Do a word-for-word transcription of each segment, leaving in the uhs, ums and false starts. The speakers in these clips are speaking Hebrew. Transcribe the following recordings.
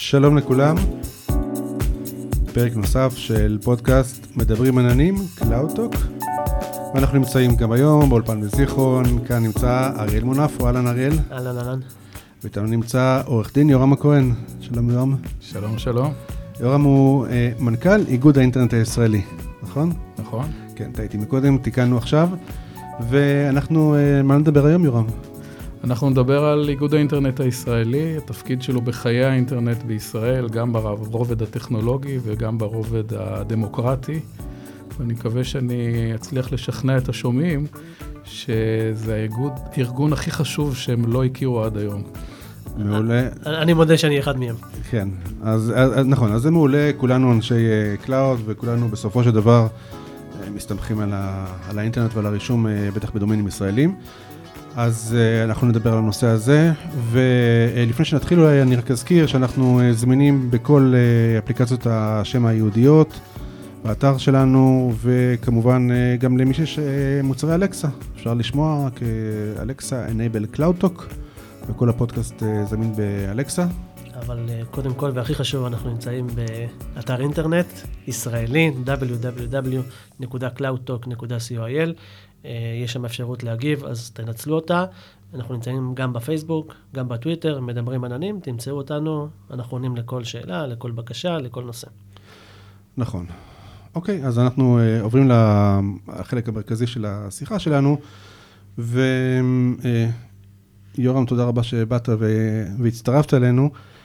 שלום לכולם, פרק נוסף של פודקאסט מדברים עננים, קלאוד-טוק. ואנחנו נמצאים גם היום באולפן בזיכרון, כאן נמצא אריאל מונפו, אהלן אריאל. אהלן אהלן. ואיתנו נמצא עורך דין יורם הכהן, שלום יורם. שלום שלום. יורם הוא אה, מנכ"ל איגוד האינטרנט הישראלי, נכון? נכון. כן, טעיתי מקודם, תיקנו עכשיו, ואנחנו, אה, מה נדבר היום יורם? אנחנו נדבר על איגוד האינטרנט הישראלי, התפקיד שלו בחיי האינטרנט בישראל, גם ברובד הטכנולוגי וגם ברובד הדמוקרטי. ואני מקווה שאני אצליח לשכנע את השומעים שזה האיגוד, הארגון הכי חשוב שהם לא הכירו עד היום. מעולה. אני מודה שאני אחד מהם. כן, אז, אז נכון, אז זה מעולה, כולנו אנשי קלאוד וכולנו בסופו של דבר מסתמכים על, ה, על האינטרנט ועל הרישום בטח בדומיינים ישראלים. אז uh, אנחנו נדבר על הנושא הזה, ולפני שנתחיל אולי אני רק אזכיר שאנחנו uh, זמינים בכל uh, אפליקציות השם היהודיות, באתר שלנו, וכמובן uh, גם למי שיש uh, מוצרי אלקסה, אפשר לשמוע כאלקסה Enable CloudTalk, וכל הפודקאסט uh, זמין באלקסה. אבל uh, קודם כל והכי חשוב, אנחנו נמצאים באתר אינטרנט ישראלי, דאבליו דאבליו דאבליו נקודה קלאוד טוק נקודה סי או איי אל. יש שם אפשרות להגיב, אז תנצלו אותה. אנחנו נמצאים גם בפייסבוק, גם בטוויטר, מדברים עננים, תמצאו אותנו, אנחנו עונים לכל שאלה, לכל בקשה, לכל נושא. נכון. אוקיי, אז אנחנו uh, עוברים לחלק המרכזי של השיחה שלנו, ויורם, uh, תודה רבה שבאת ו- והצטרפת אלינו,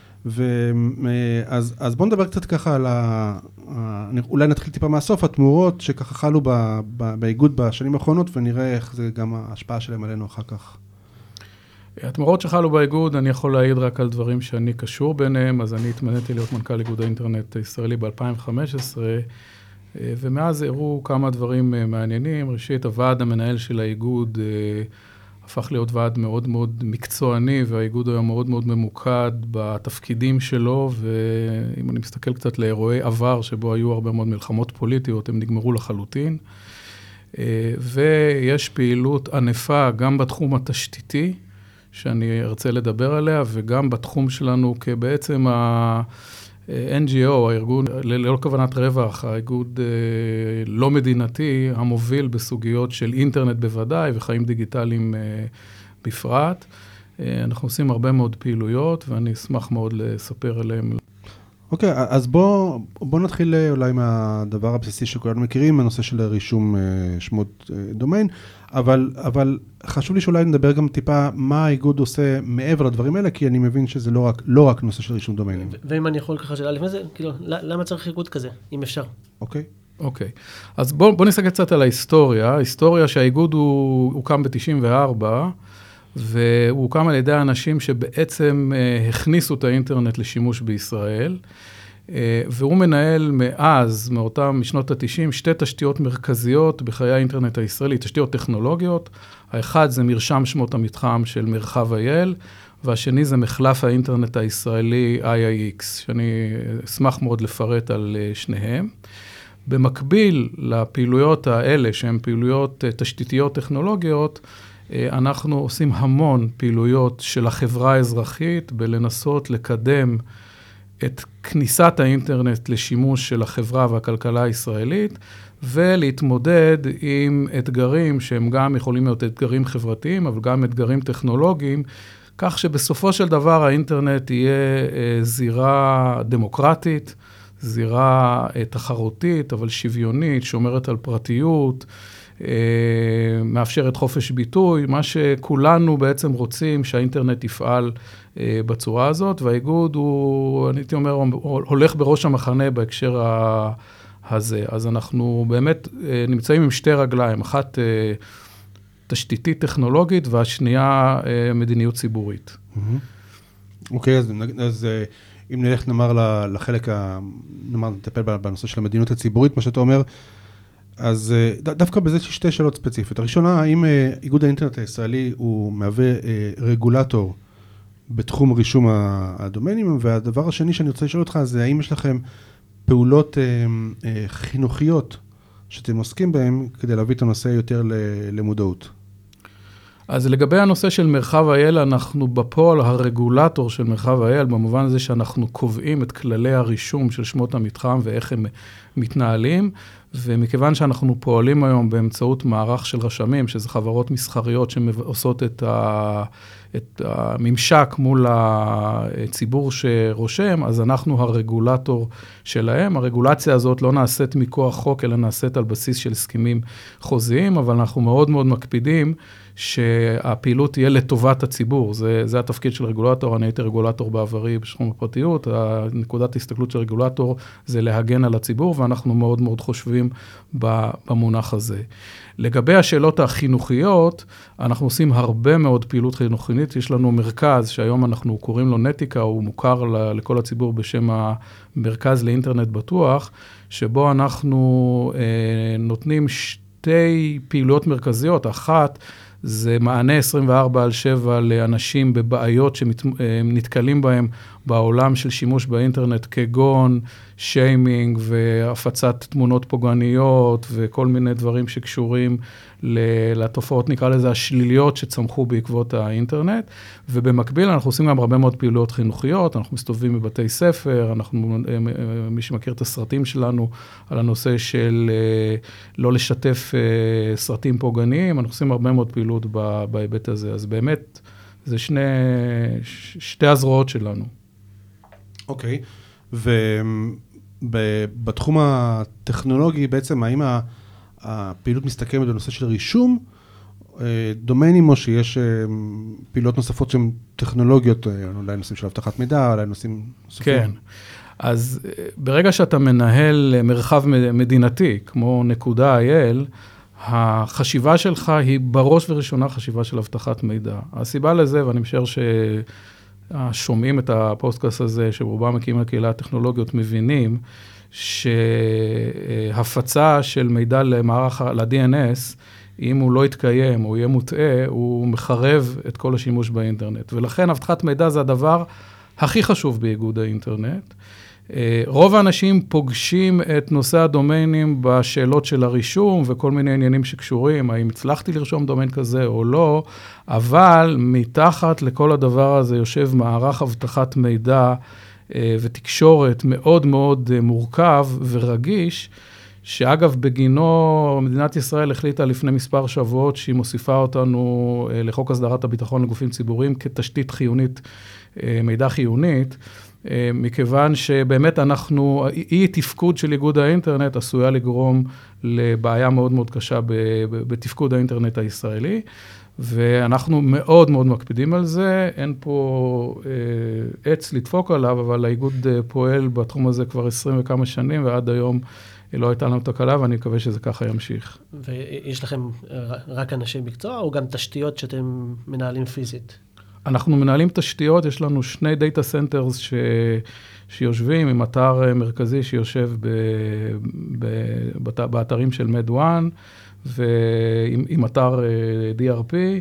ואז אז בואו נדבר קצת ככה על ה... אולי נתחיל טיפה מהסוף, התמורות שככה חלו ב, ב, באיגוד בשנים האחרונות, ונראה איך זה גם ההשפעה שלהם עלינו אחר כך. התמורות שחלו באיגוד, אני יכול להעיד רק על דברים שאני קשור ביניהם, אז אני התמניתי להיות מנכ"ל איגוד האינטרנט הישראלי ב-אלפיים וחמש עשרה, ומאז הראו כמה דברים מעניינים. ראשית, הוועד המנהל של האיגוד הפך להיות ועד מאוד מאוד מקצועני, והאיגוד היה מאוד מאוד ממוקד בתפקידים שלו, ואם אני מסתכל קצת לאירועי עבר, שבו היו הרבה מאוד מלחמות פוליטיות, הם נגמרו לחלוטין. ויש פעילות ענפה גם בתחום התשתיתי, שאני ארצה לדבר עליה, וגם בתחום שלנו כבעצם ה-אן ג'י או, הארגון ללא כוונת רווח, האיגוד לא מדינתי, המוביל בסוגיות של אינטרנט בוודאי, וחיים דיגיטליים בפרט. אנחנו עושים הרבה מאוד פעילויות, ואני אשמח מאוד לספר עליהם. אוקיי, אז בוא, בוא נתחיל אולי מהדבר הבסיסי שכולנו מכירים, הנושא של רישום שמות דומיין, אבל, אבל חשוב לי שאולי נדבר גם טיפה מה האיגוד עושה מעבר לדברים האלה, כי אני מבין שזה לא רק, לא רק נושא של רישום דומיינים. ואם אני יכול ככה שאלה לפני זה, כאילו, למה צריך איגוד כזה, אם אפשר? אוקיי. אוקיי, אז בוא, בוא נסתכל קצת על ההיסטוריה. ההיסטוריה שהאיגוד הוא, הוא קם ב-תשעים וארבע, והוא הוקם על ידי האנשים שבעצם אה, הכניסו את האינטרנט לשימוש בישראל, אה, והוא מנהל מאז, מאותם משנות ה-תשעים, שתי תשתיות מרכזיות בחיי האינטרנט הישראלי, תשתיות טכנולוגיות. האחד זה מרשם שמות המתחם של מרחב אייל, והשני זה מחלף האינטרנט הישראלי איי איי אקס, שאני אשמח מאוד לפרט על אה, שניהם. במקביל לפעילויות האלה, שהן פעילויות אה, תשתיתיות טכנולוגיות, אנחנו עושים המון פעילויות של החברה האזרחית בלנסות לקדם את כניסת האינטרנט לשימוש של החברה והכלכלה הישראלית, ולהתמודד עם אתגרים שהם גם יכולים להיות אתגרים חברתיים, אבל גם אתגרים טכנולוגיים, כך שבסופו של דבר האינטרנט יהיה זירה דמוקרטית, זירה תחרותית, אבל שוויונית, שומרת על פרטיות, מאפשרת חופש ביטוי, מה שכולנו בעצם רוצים שהאינטרנט יפעל בצורה הזאת, והאיגוד הוא, אני הייתי אומר, הולך בראש המחנה בהקשר הזה. אז אנחנו באמת נמצאים עם שתי רגליים, אחת תשתיתית טכנולוגית, והשנייה מדיניות ציבורית. אוקיי, אז, אז אם נלך נאמר לחלק, נאמר נטפל בנושא של המדיניות הציבורית, מה שאתה אומר, אז דווקא בזה יש שתי שאלות ספציפיות. הראשונה, האם איגוד האינטרנט הישראלי הוא מהווה רגולטור בתחום רישום הדומיינים, והדבר השני שאני רוצה לשאול אותך זה האם יש לכם פעולות חינוכיות שאתם עוסקים בהן כדי להביא את הנושא יותר למודעות? אז לגבי הנושא של מרחב אייל, אנחנו בפועל הרגולטור של מרחב אייל, במובן הזה שאנחנו קובעים את כללי הרישום של שמות המתחם ואיך הם מתנהלים, ומכיוון שאנחנו פועלים היום באמצעות מערך של רשמים, שזה חברות מסחריות שעושות את ה... את הממשק מול הציבור שרושם, אז אנחנו הרגולטור שלהם. הרגולציה הזאת לא נעשית מכוח חוק, אלא נעשית על בסיס של הסכמים חוזיים, אבל אנחנו מאוד מאוד מקפידים שהפעילות תהיה לטובת הציבור. זה, זה התפקיד של רגולטור, אני הייתי רגולטור בעברי בשכום הפרטיות, נקודת ההסתכלות של רגולטור זה להגן על הציבור, ואנחנו מאוד מאוד חושבים במונח הזה. לגבי השאלות החינוכיות, אנחנו עושים הרבה מאוד פעילות חינוכית, יש לנו מרכז שהיום אנחנו קוראים לו נטיקה, הוא מוכר לכל הציבור בשם המרכז לאינטרנט בטוח, שבו אנחנו אה, נותנים שתי פעילויות מרכזיות, אחת, זה מענה עשרים וארבע על שבע לאנשים בבעיות שנתקלים בהם בעולם של שימוש באינטרנט, כגון שיימינג והפצת תמונות פוגעניות וכל מיני דברים שקשורים לתופעות, נקרא לזה, השליליות שצמחו בעקבות האינטרנט. ובמקביל אנחנו עושים גם הרבה מאוד פעילויות חינוכיות, אנחנו מסתובבים בבתי ספר, אנחנו, מי שמכיר את הסרטים שלנו על הנושא של לא לשתף סרטים פוגעניים, אנחנו עושים הרבה מאוד פעילות בהיבט הזה. אז באמת, זה שני, שתי הזרועות שלנו. אוקיי, ובתחום הטכנולוגי בעצם, האם הפעילות מסתכמת בנושא של רישום, דומיינים או שיש פעילות נוספות שהן טכנולוגיות, אולי נושאים של הבטחת מידע, אולי נושאים נוספים? כן, אז ברגע שאתה מנהל מרחב מדינתי, כמו נקודה אייל, החשיבה שלך היא בראש וראשונה חשיבה של הבטחת מידע. הסיבה לזה, ואני משער ששומעים את הפודקאסט הזה, שרובם מקימים לקהילה הטכנולוגיות, מבינים שהפצה של מידע למערך, ל-די אן אס, אם הוא לא יתקיים או יהיה מוטעה, הוא מחרב את כל השימוש באינטרנט. ולכן הבטחת מידע זה הדבר הכי חשוב באיגוד האינטרנט. רוב האנשים פוגשים את נושא הדומיינים בשאלות של הרישום וכל מיני עניינים שקשורים, האם הצלחתי לרשום דומיין כזה או לא, אבל מתחת לכל הדבר הזה יושב מערך הבטחת מידע ותקשורת מאוד מאוד מורכב ורגיש, שאגב בגינו מדינת ישראל החליטה לפני מספר שבועות שהיא מוסיפה אותנו לחוק הסדרת הביטחון לגופים ציבוריים כתשתית חיונית, מידע חיונית, מכיוון שבאמת אנחנו, אי תפקוד של איגוד האינטרנט עשויה לגרום לבעיה מאוד מאוד קשה בתפקוד האינטרנט הישראלי, ואנחנו מאוד מאוד מקפידים על זה, אין פה אה, עץ לדפוק עליו, אבל האיגוד פועל בתחום הזה כבר עשרים וכמה שנים, ועד היום לא הייתה לנו תקלה, ואני מקווה שזה ככה ימשיך. ויש לכם רק אנשי מקצוע, או גם תשתיות שאתם מנהלים פיזית? אנחנו מנהלים תשתיות, יש לנו שני דאטה סנטרס ש... שיושבים עם אתר מרכזי שיושב ב... ב... בת... באתרים של מדואן, ועם עם אתר די אר פי,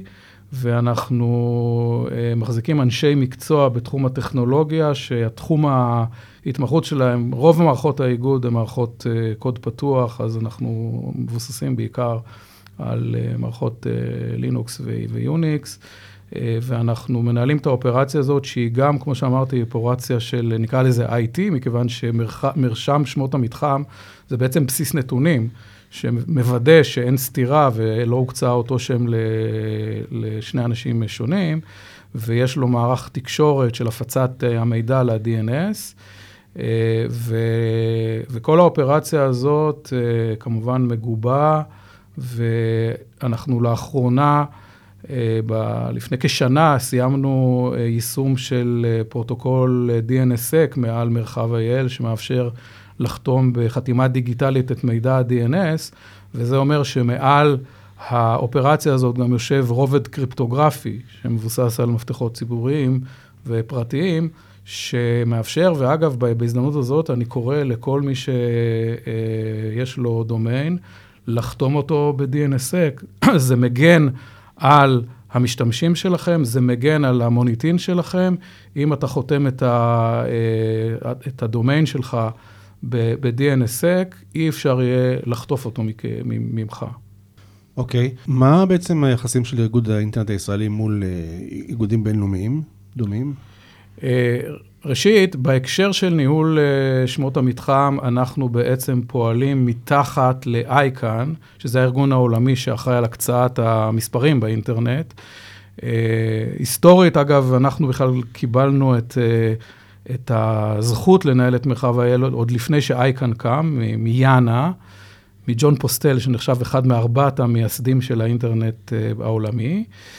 ואנחנו מחזיקים אנשי מקצוע בתחום הטכנולוגיה, שהתחום ההתמחות שלהם, רוב מערכות האיגוד הן מערכות קוד פתוח, אז אנחנו מבוססים בעיקר על מערכות לינוקס ויוניקס, ואנחנו מנהלים את האופרציה הזאת, שהיא גם, כמו שאמרתי, אופרציה של, נקרא לזה איי טי, מכיוון שמרשם שמות המתחם, זה בעצם בסיס נתונים, שמוודא שאין סתירה ולא הוקצה אותו שם לשני אנשים שונים, ויש לו מערך תקשורת של הפצת המידע ל-די אן אס, ו... וכל האופרציה הזאת כמובן מגובה, ואנחנו לאחרונה, ב... לפני כשנה סיימנו יישום של פרוטוקול די אן אס סק מעל מרחב אייל, שמאפשר לחתום בחתימה דיגיטלית את מידע ה-די אן אס, וזה אומר שמעל האופרציה הזאת גם יושב רובד קריפטוגרפי, שמבוסס על מפתחות ציבוריים ופרטיים, שמאפשר, ואגב, בהזדמנות הזאת אני קורא לכל מי שיש לו דומיין, לחתום אותו ב-די אן אס סק. זה מגן על המשתמשים שלכם, זה מגן על המוניטין שלכם. אם אתה חותם את, ה, את הדומיין שלך ב-די אן אס סק, אי אפשר יהיה לחטוף אותו ממך. אוקיי. מה בעצם היחסים של איגוד האינטרנט הישראלי מול איגודים בינלאומיים דומים? ראשית, בהקשר של ניהול שמות המתחם, אנחנו בעצם פועלים מתחת לאייקן, שזה הארגון העולמי שאחראי על הקצאת המספרים באינטרנט. היסטורית, אגב, אנחנו בכלל קיבלנו את, את הזכות לנהל את מרחב ה-אל עוד לפני שאייקן קם, מיאנה, מג'ון פוסטל, שנחשב אחד מארבעת המייסדים של האינטרנט העולמי.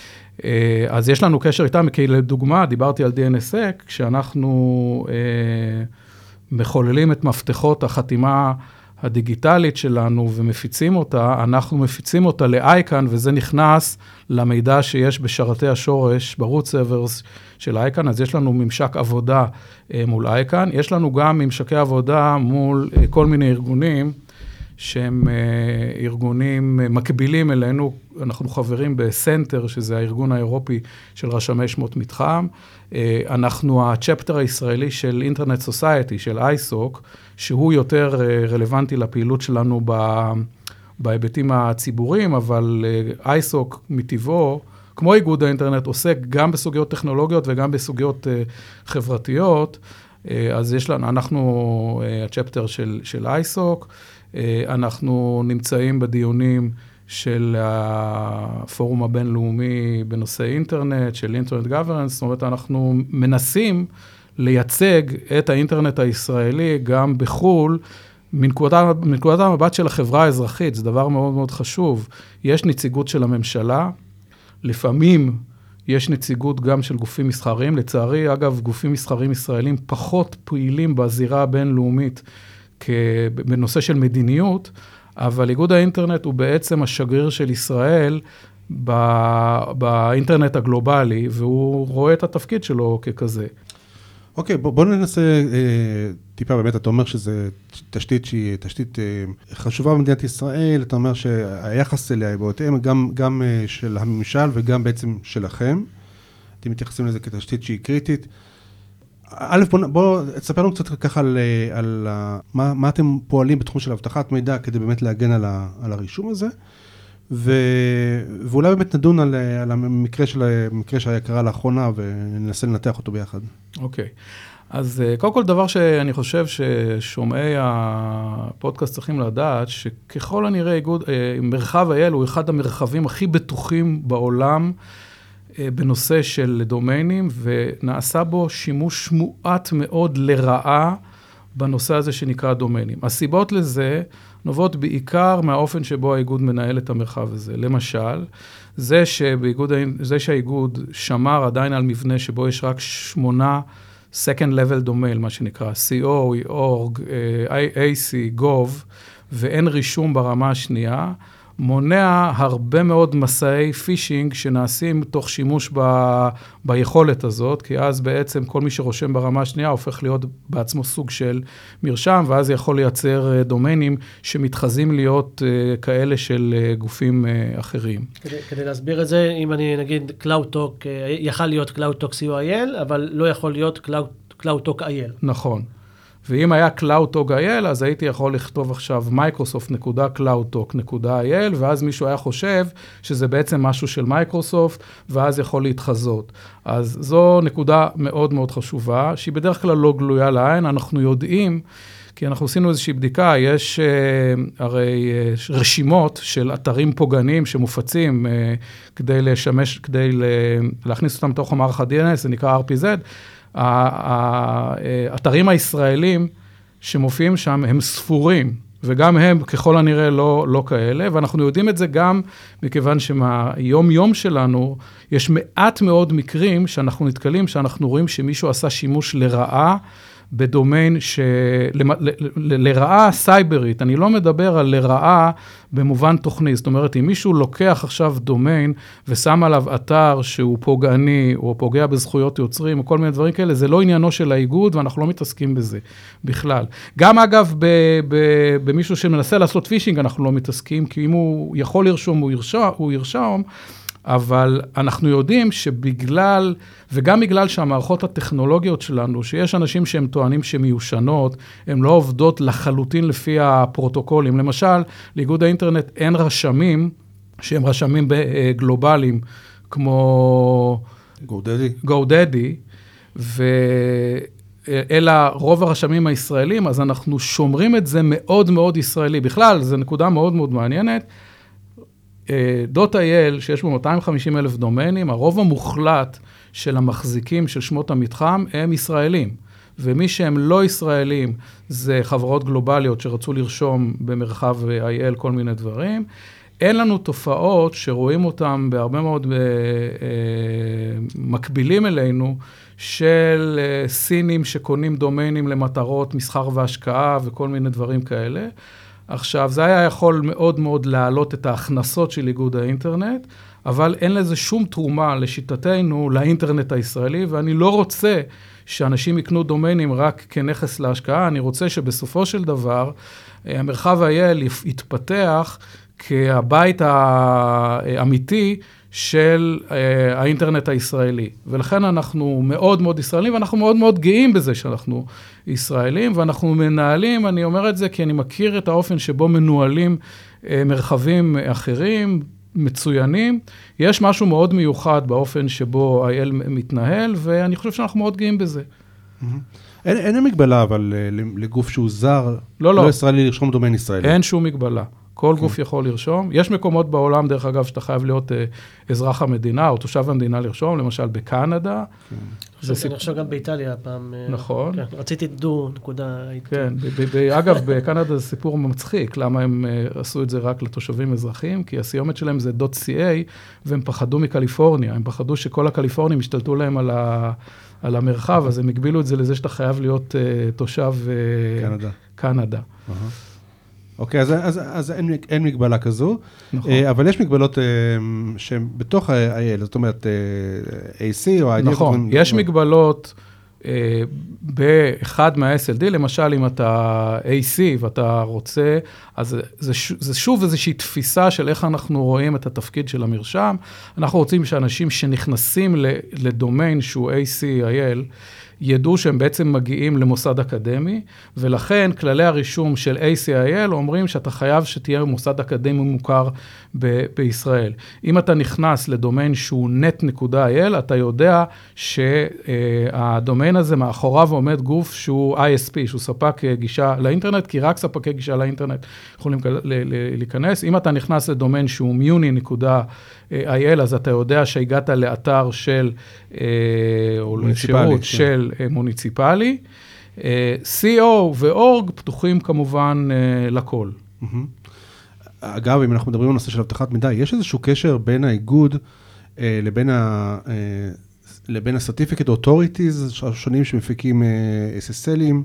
אז יש לנו קשר איתם, כי לדוגמה, דיברתי על די אן אס אק, כשאנחנו אה, מחוללים את מפתחות החתימה הדיגיטלית שלנו ומפיצים אותה, אנחנו מפיצים אותה לאייקן, וזה נכנס למידע שיש בשרתי השורש, ברוט סרברס של אייקן, אז יש לנו ממשק עבודה אה, מול אייקן, יש לנו גם ממשקי עבודה מול אה, כל מיני ארגונים, שהם ארגונים מקבילים אלינו, אנחנו חברים בסנטר, שזה הארגון האירופי של רשמי שמות מתחם, אנחנו הצ'פטר הישראלי של אינטרנט סוסייטי, של אייסוק, שהוא יותר רלוונטי לפעילות שלנו בהיבטים הציבוריים, אבל אייסוק מטבעו, כמו איגוד האינטרנט, עוסק גם בסוגיות טכנולוגיות וגם בסוגיות חברתיות, אז יש לנו, אנחנו הצ'פטר של, של אייסוק, אנחנו נמצאים בדיונים של הפורום הבינלאומי בנושא אינטרנט, של אינטרנט גוברננס, זאת אומרת, אנחנו מנסים לייצג את האינטרנט הישראלי גם בחול, מנקודת, מנקודת המבט של החברה האזרחית, זה דבר מאוד מאוד חשוב. יש נציגות של הממשלה, לפעמים יש נציגות גם של גופים מסחריים, לצערי, אגב, גופים מסחריים ישראלים פחות פעילים בזירה הבינלאומית, בנושא של מדיניות, אבל איגוד האינטרנט הוא בעצם השגריר של ישראל באינטרנט הגלובלי, והוא רואה את התפקיד שלו ככזה. אוקיי, בוא, בוא ננסה אה, טיפה, באמת, אתה אומר שזה תשתית שהיא תשתית אה, חשובה במדינת ישראל, אתה אומר שהיחס אליה בהתאם גם, גם אה, של הממשל וגם בעצם שלכם, אתם מתייחסים לזה כתשתית שהיא קריטית, א', בואו בוא, תספר לנו קצת ככה על, על מה, מה אתם פועלים בתחום של הבטחת מידע, כדי באמת להגן על, ה, על הרישום הזה, ו, ואולי באמת נדון על, על המקרה של, המקרה שהיה קרה לאחרונה, וננסה לנתח אותו ביחד. אוקיי. אז קודם כל דבר שאני חושב ששומעי הפודקאסט צריכים לדעת, שככל הנראה איגוד, מרחב ה-אל הוא אחד המרחבים הכי בטוחים בעולם, בנושא של דומיינים, ונעשה בו שימוש מועט מאוד לרעה בנושא הזה שנקרא דומיינים. הסיבות לזה נובעות בעיקר מהאופן שבו האיגוד מנהל את המרחב הזה. למשל, זה, שבאיגוד, זה שהאיגוד שמר עדיין על מבנה שבו יש רק שמונה second level domain, מה שנקרא סי או, org, איי סי, גוב, ואין רישום ברמה השנייה, מונע הרבה מאוד מסעי פישינג שנעשים תוך שימוש ב, ביכולת הזאת, כי אז בעצם כל מי שרושם ברמה השנייה הופך להיות בעצמו סוג של מרשם, ואז יכול לייצר דומיינים שמתחזים להיות uh, כאלה של uh, גופים uh, אחרים. כדי, כדי להסביר את זה, אם אני נגיד CloudTalk, uh, יכל להיות CloudTalk סי או איי אל, אבל לא יכול להיות Cloud, CloudTalk איי אל. נכון. ואם היה CloudTalk איי אל, אז הייתי יכול לכתוב עכשיו מייקרוסופט נקודה קלאודטוק נקודה איי אל, ואז מישהו היה חושב שזה בעצם משהו של מייקרוסופט, ואז יכול להתחזות. אז זו נקודה מאוד מאוד חשובה, שהיא בדרך כלל לא גלויה לעין. אנחנו יודעים, כי אנחנו עשינו איזושהי בדיקה, יש uh, הרי uh, רשימות של אתרים פוגעניים שמופצים uh, כדי לשמש, כדי להכניס אותם תוך המערך ה-די אן אס, זה נקרא אר פי זד, האתרים הישראלים שמופיעים שם הם ספורים, וגם הם ככל הנראה לא, לא כאלה, ואנחנו יודעים את זה גם מכיוון שמהיום יום שלנו יש מעט מאוד מקרים שאנחנו נתקלים, שאנחנו רואים שמישהו עשה שימוש לרעה, בדומיין של... לרעה סייברית, אני לא מדבר על לרעה במובן תוכני, זאת אומרת, אם מישהו לוקח עכשיו דומיין ושם עליו אתר שהוא פוגעני, או פוגע בזכויות יוצרים, או כל מיני דברים כאלה, זה לא עניינו של האיגוד, ואנחנו לא מתעסקים בזה בכלל. גם אגב, ב, ב, במישהו שמנסה לעשות פישינג, אנחנו לא מתעסקים, כי אם הוא יכול לרשום, הוא ירשום, הוא ירשום, אבל אנחנו יודעים שבגלל, וגם בגלל שהמערכות הטכנולוגיות שלנו, שיש אנשים שהם טוענים שמיושנות, הן לא עובדות לחלוטין לפי הפרוטוקולים. למשל, לאיגוד האינטרנט אין רשמים שהם רשמים גלובליים, כמו GoDaddy. GoDaddy, ואלה רוב הרשמים הישראלים, אז אנחנו שומרים את זה מאוד מאוד ישראלי. בכלל, זו נקודה מאוד מאוד מעניינת. .il, שיש בו מאתיים וחמישים אלף דומיינים, הרוב המוחלט של המחזיקים של שמות המתחם הם ישראלים. ומי שהם לא ישראלים, זה חברות גלובליות שרצו לרשום במרחב איי אל כל מיני דברים. אין לנו תופעות שרואים אותם בהרבה מאוד אה, אה, מקבילים אלינו, של אה, סינים שקונים דומיינים למטרות מסחר והשקעה וכל מיני דברים כאלה. עכשיו, זה היה יכול מאוד מאוד להעלות את ההכנסות של איגוד האינטרנט, אבל אין לזה שום תרומה לשיטתנו לאינטרנט הישראלי, ואני לא רוצה שאנשים יקנו דומיינים רק כנכס להשקעה, אני רוצה שבסופו של דבר, המרחב איי אל יתפתח כהבית האמיתי של האינטרנט הישראלי. ולכן אנחנו מאוד מאוד ישראלים, ואנחנו מאוד מאוד גאים בזה שאנחנו ישראלים, ואנחנו מנהלים, אני אומר את זה כי אני מכיר את האופן שבו מנוהלים מרחבים אחרים, מצוינים. יש משהו מאוד מיוחד באופן שבו איי אל מתנהל, ואני חושב שאנחנו מאוד גאים בזה. אין, אין מגבלה, אבל לגוף שהוא זר, לא, לא. לא ישראלי לרשום דומיין ישראלי. אין שום מגבלה. כל גוף יכול לרשום. יש מקומות בעולם, דרך אגב, שאתה חייב להיות אזרח המדינה, או תושב המדינה לרשום, למשל בקנדה. אני חושב גם באיטליה פעם. נכון. רציתי דו נקודה. כן, אגב, בקנדה זה סיפור מצחיק, למה הם עשו את זה רק לתושבים אזרחים, כי הסיומת שלהם זה .ca, והם פחדו מקליפורניה, הם פחדו שכל הקליפורנים השתלטו להם על ה... על המרחב, אז הם הגבילו את זה לזה שאתה חייב להיות תושב קנדה. קנדה. אוקיי, אז, אז, אז אין, אין מגבלה כזו, נכון. אבל יש מגבלות שהן בתוך ה-איי אל, זאת אומרת, איי סי או... נכון, יש או... מגבלות באחד מה-אס אל די, למשל, אם אתה איי סי ואתה רוצה, אז זה, זה שוב איזושהי תפיסה של איך אנחנו רואים את התפקיד של המרשם. אנחנו רוצים שאנשים שנכנסים לדומיין שהוא איי סי איי אל, ידעו שהם בעצם מגיעים למוסד אקדמי, ולכן כללי הרישום של איי סי איי אל אומרים שאתה חייב שתהיה מוסד אקדמי מוכר ב- בישראל. אם אתה נכנס לדומיין שהוא נט נקודה איי אל, אתה יודע שהדומיין הזה מאחוריו עומד גוף שהוא איי אס פי, שהוא ספק גישה לאינטרנט, כי רק ספקי גישה לאינטרנט יכולים להיכנס. אם אתה נכנס לדומיין שהוא מיוני נקודה איי אל, אז אתה יודע שהגעת לאתר של, או לשירות של מוניציפלי. סי או ו-אורג פתוחים כמובן לכל. אגב, אם אנחנו מדברים על נושא של הבטחת מידע, יש איזשהו קשר בין האיגוד לבין ה... לבין ה-Certificate Authorities השונים שמפיקים אס אס אל'ים?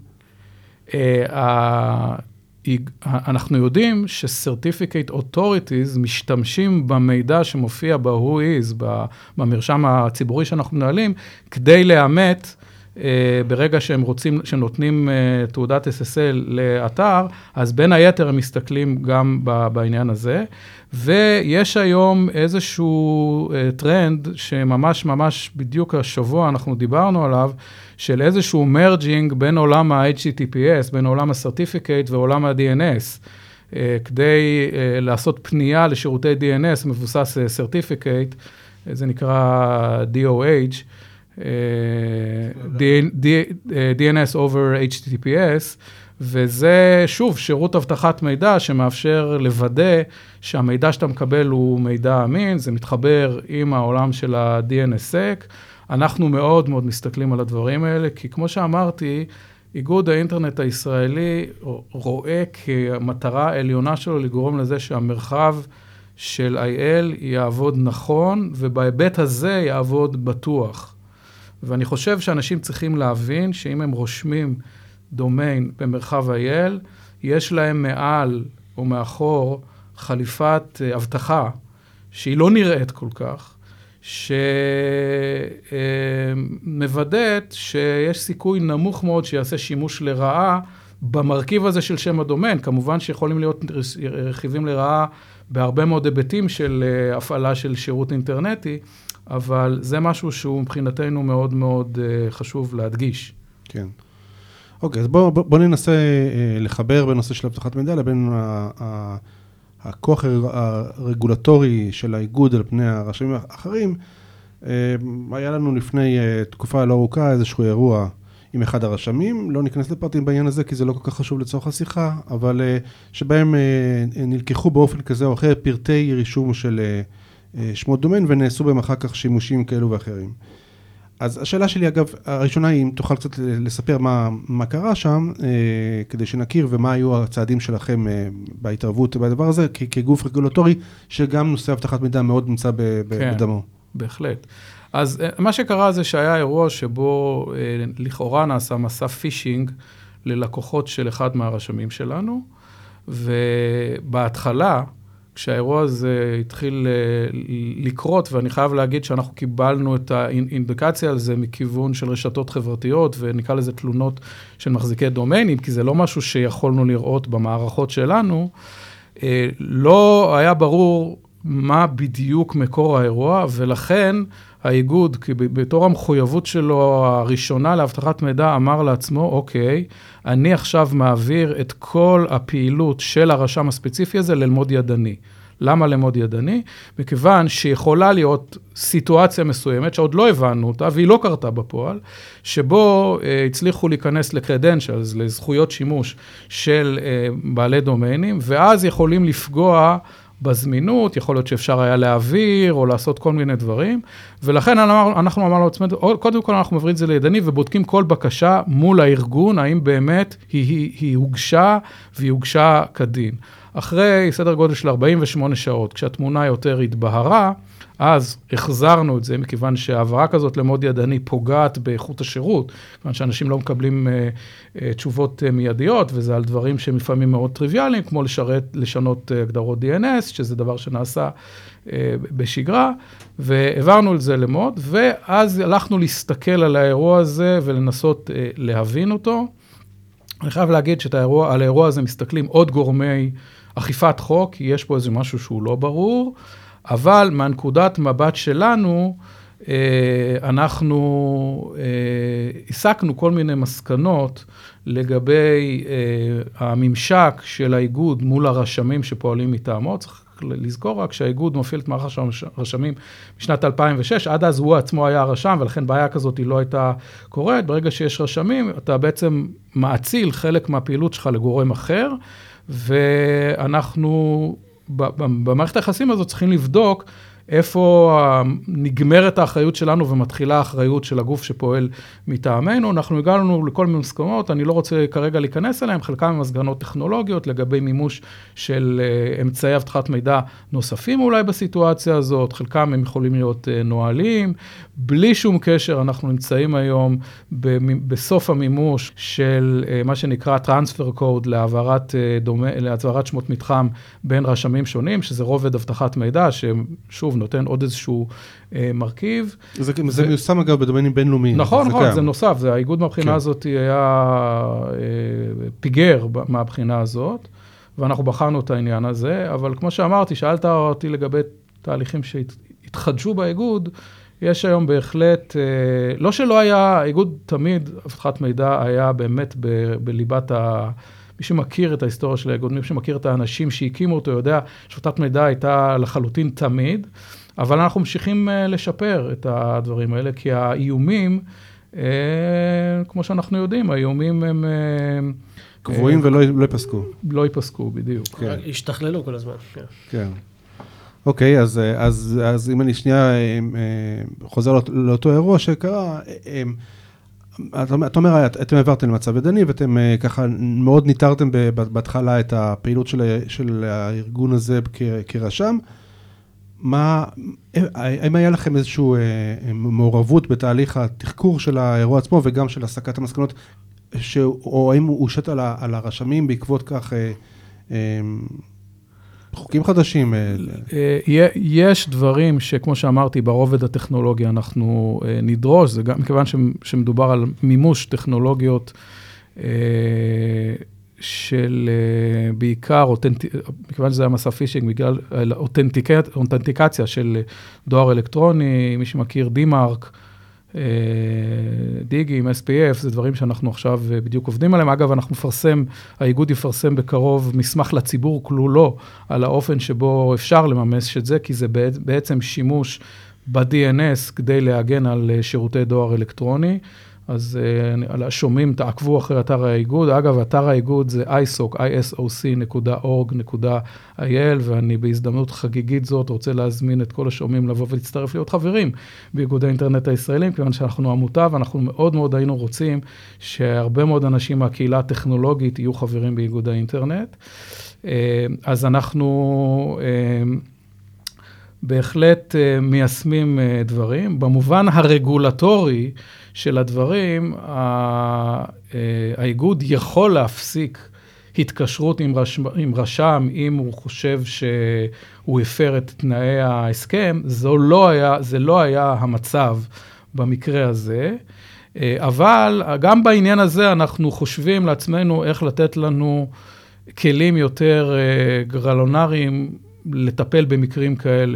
אנחנו יודעים ש-Certificate Authorities משתמשים במידע שמופיע ב-Who is, במרשם הציבורי שאנחנו מנהלים, כדי לאמת, ברגע שהם רוצים, שנותנים תעודת אס אס אל לאתר, אז בין היתר הם מסתכלים גם בעניין הזה, ויש היום איזשהו טרנד שממש ממש בדיוק השבוע אנחנו דיברנו עליו, של איזשהו מרג'ינג בין עולם ה-אייץ' טי טי פי אס, בין עולם ה-Certificate ועולם ה-די אן אס, כדי לעשות פנייה לשירותי די אן אס מבוסס Certificate, זה נקרא די או אייץ', די אן אס over אייץ' טי טי פי אס, וזה שוב שירות הבטחת מידע שמאפשר לוודא שהמידע שאתה מקבל הוא מידע אמין, זה מתחבר עם העולם של ה-די אן אס סק, אנחנו מאוד מאוד מסתכלים על הדברים האלה, כי כמו שאמרתי, איגוד האינטרנט הישראלי רואה כמטרה העליונה שלו לגרום לזה שהמרחב של איי אל יעבוד נכון, ובהיבט הזה יעבוד בטוח. ואני חושב שאנשים צריכים להבין שאם הם רושמים דומיין במרחב איי אל, יש להם מעל או מאחור חליפת הבטחה, שהיא לא נראית כל כך, שמוודאת שיש סיכוי נמוך מאוד שיעשה שימוש לרעה במרכיב הזה של שם הדומיין. כמובן שיכולים להיות רכיבים לרעה בהרבה מאוד היבטים של הפעלה של שירות אינטרנטי, אבל זה משהו שהוא מבחינתנו מאוד מאוד חשוב להדגיש. כן. אוקיי, אז בואו בוא ננסה לחבר בנושא של הבטחת מידע לבין הכוח הרגולטורי של האיגוד על פני הרשמים האחרים, היה לנו לפני תקופה לא ארוכה איזשהו אירוע עם אחד הרשמים, לא ניכנס לפרטים בעניין הזה, כי זה לא כל כך חשוב לצורך השיחה, אבל שבהם נלקחו באופן כזה או אחר פרטי רישום של שמות דומיין, ונעשו בהם אחר כך שימושים כאלו ואחרים. אז השאלה שלי, אגב, הראשונה היא אם תוכל קצת לספר מה, מה קרה שם, כדי שנכיר ומה היו הצעדים שלכם בהתערבות בדבר הזה, כגוף רגולטורי, שגם נושא הבטחת מידע מאוד נמצא בדמו. כן, בהחלט. אז מה שקרה זה שהיה אירוע שבו לכאורה נעשה מסע פישינג ללקוחות של אחד מהרשמים שלנו, ובהתחלה, כשהאירוע הזה התחיל לקרות, ואני חייב להגיד שאנחנו קיבלנו את האינדיקציה על זה מכיוון של רשתות חברתיות, ונקרא לזה תלונות של מחזיקי דומיינים, כי זה לא משהו שיכולנו לראות במערכות שלנו, לא היה ברור מה בדיוק מקור האירוע, ולכן האיגוד, כי בתור המחויבות שלו הראשונה להבטחת מידע, אמר לעצמו, אוקיי, אני עכשיו מעביר את כל הפעילות של הרשם הספציפי הזה ללמוד ידני. למה ללמוד ידני? מכיוון שיכולה להיות סיטואציה מסוימת, שעוד לא הבנו אותה, והיא לא קרתה בפועל, שבו אה, הצליחו להיכנס ל-credentials, לזכויות שימוש של אה, בעלי דומיינים, ואז יכולים לפגוע בזמינות, יכול להיות שאפשר היה להעביר, או לעשות כל מיני דברים, ולכן אנחנו אמרנו לעצמנו, קודם כל אנחנו מעבירים את זה לידני, ובודקים כל בקשה מול הארגון, האם באמת היא, היא, היא הוגשה, והיא הוגשה כדין. אחרי סדר גודל של ארבעים ושמונה שעות, כשהתמונה יותר התבהרה, אז החזרנו את זה, מכיוון שהעברה כזאת למוד ידני פוגעת באיכות השירות, כיוון שאנשים לא מקבלים uh, uh, תשובות uh, מיידיות, וזה על דברים שלפעמים מאוד טריוויאליים, כמו לשרת, לשנות uh, הגדרות די אן אס, שזה דבר שנעשה uh, בשגרה, והעברנו את זה למוד, ואז הלכנו להסתכל על האירוע הזה, ולנסות uh, להבין אותו. אני חייב להגיד שעל האירוע הזה מסתכלים עוד גורמי אכיפת חוק, כי יש פה איזה משהו שהוא לא ברור, אבל מהנקודת מבט שלנו, אנחנו עסקנו כל מיני מסקנות לגבי הממשק של האיגוד מול הרשמים שפועלים מטעמו. צריך לזכור רק שהאיגוד מפעיל את מערך הרשמים בשנת אלפיים ושש, עד אז הוא עצמו היה הרשם, ולכן בעיה כזאת היא לא הייתה קורית. ברגע שיש רשמים, אתה בעצם מאציל חלק מהפעילות שלך לגורם אחר, ואנחנו במערכת היחסים הזאת צריכים לבדוק איפה נגמרת האחריות שלנו ומתחילה האחריות של הגוף שפועל מטעמנו. אנחנו הגענו לכל מיני מסקנות, אני לא רוצה כרגע להיכנס אליהם, חלקם הם מסקנות טכנולוגיות לגבי מימוש של אמצעי אבטחת מידע נוספים אולי בסיטואציה הזאת, חלקם הם יכולים להיות נועלים, בלי שום קשר אנחנו נמצאים היום בסוף המימוש של מה שנקרא טרנספר קוד להעברת, להעברת שמות מתחם בין רשמים שונים, שזה רובד אבטחת מידע, ששוב נותן עוד איזשהו אה, מרכיב. זה, ו... זה מיושם אגב בדומיינים בינלאומיים. נכון, נכון, קיים. זה נוסף, זה האיגוד מהבחינה כן. הזאת היה אה, פיגר מהבחינה הזאת, ואנחנו בחרנו את העניין הזה, אבל כמו שאמרתי, שאלת אותי לגבי תהליכים שהתחדשו באיגוד, יש היום בהחלט, אה, לא שלא היה, האיגוד תמיד, אבטחת מידע היה באמת ב, בליבת ה... מי שמכיר את ההיסטוריה של האיגוד, מי שמכיר את האנשים שהקימו אותו, יודע שאבטחת מידע הייתה לחלוטין תמיד, אבל אנחנו ממשיכים לשפר את הדברים האלה, כי האיומים, כמו שאנחנו יודעים, האיומים הם... קבועים ולא ייפסקו. לא ייפסקו, בדיוק. השתכללו כל הזמן. כן. אוקיי, אז, אז, אז אם אני שנייה חוזר לאותו אירוע שקרה, אתה אומר, אתם העברתם למצב ידני, ואתם ככה מאוד ניתרתם בהתחלה את הפעילות של, של הארגון הזה כרשם. מה, האם היה לכם איזושהי מעורבות בתהליך התחקור של האירוע עצמו, וגם של הסקת המסקנות, או האם הוא הושת על, על הרשמים בעקבות כך חוקים חדשים? יש דברים שכמו שאמרתי, ברובד הטכנולוגיה אנחנו נדרוש, זה גם מכיוון שמדובר על מימוש טכנולוגיות של בעיקר, מכיוון שזה היה מסע פישינג, בגלל אותנטיקציה של דואר אלקטרוני, מי שמכיר די-מרק, דיגים, אס פי אף, זה דברים שאנחנו עכשיו בדיוק עובדים עליהם. אגב, אנחנו מפרסם, האיגוד יפרסם בקרוב מסמך לציבור כלולו, על האופן שבו אפשר לממש את זה, כי זה בעצם שימוש ב-די אן אס כדי להגן על שירותי דואר אלקטרוני. אז על השומעים, תעקבו אחרי אתר האיגוד. אגב, אתר האיגוד זה איי אס או סי, איי אס או סי נקודה אורג נקודה איי אל, ואני בהזדמנות חגיגית זאת רוצה להזמין את כל השומעים לבוא ולהצטרף להיות חברים באיגוד האינטרנט הישראלים, כיוון שאנחנו עמותה, ואנחנו מאוד מאוד היינו רוצים שהרבה מאוד אנשים מהקהילה הטכנולוגית יהיו חברים באיגוד האינטרנט. אז אנחנו בהחלט מיישמים דברים. במובן הרגולטורי של הדברים, האיגוד יכול להפסיק התקשרות עם, רש... עם רשם, אם הוא חושב שהוא הפר את תנאי ההסכם. זו לא היה, זה לא היה המצב במקרה הזה, אבל גם בעניין הזה אנחנו חושבים לעצמנו איך לתת לנו כלים יותר גרלונריים לטפל במקרים כאלה.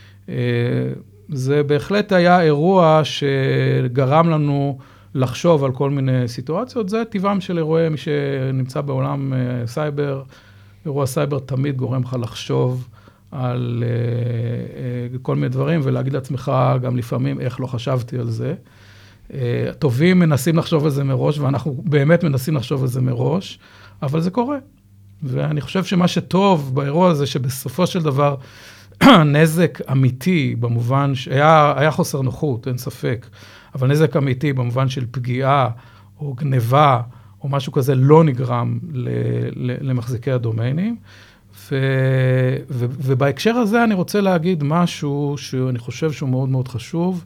זה בהחלט היה אירוע שגרם לנו לחשוב על כל מיני סיטואציות. זה טבעם של אירועי, מי שנמצא בעולם סייבר, אירוע סייבר תמיד גורם לך לחשוב על כל מיני דברים, ולהגיד לעצמך גם לפעמים איך לא חשבתי על זה. טובים מנסים לחשוב על זה מראש, ואנחנו באמת מנסים לחשוב על זה מראש, אבל זה קורה. ואני חושב שמה שטוב באירוע הזה, שבסופו של דבר, נזק אמיתי במובן, שהיה, היה חוסר נוחות, אין ספק, אבל נזק אמיתי במובן של פגיעה או גניבה או משהו כזה לא נגרם ל, ל, למחזיקי הדומיינים. ו, ו, ובהקשר הזה אני רוצה להגיד משהו שאני חושב שהוא מאוד מאוד חשוב.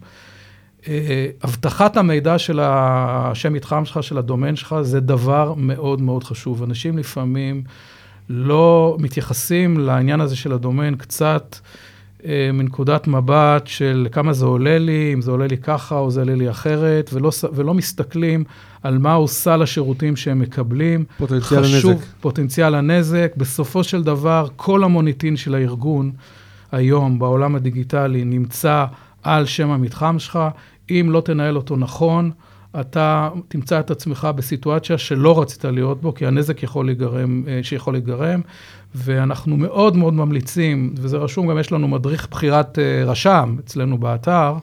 הבטחת המידע של השם מתחם שלך, של הדומיין שלך, זה דבר מאוד מאוד חשוב. אנשים לפעמים לא מתייחסים לעניין הזה של הדומיין קצת אה, מנקודת מבט של כמה זה עולה לי, אם זה עולה לי ככה או זה עולה לי אחרת, ולא, ולא מסתכלים על מהו סל השירותים שהם מקבלים. פוטנציאל חשוב, הנזק. פוטנציאל הנזק. בסופו של דבר, כל המוניטין של הארגון היום בעולם הדיגיטלי נמצא על שם המתחם שלך. אם לא תנהל אותו נכון, אתה תמצא את עצמך בסיטואציה שלא רצית להיות בו, כי הנזק יכול להיגרם, שיכול להיגרם, ואנחנו מאוד מאוד ממליצים, וזה רשום, גם יש לנו מדריך בחירת רשם אצלנו באתר,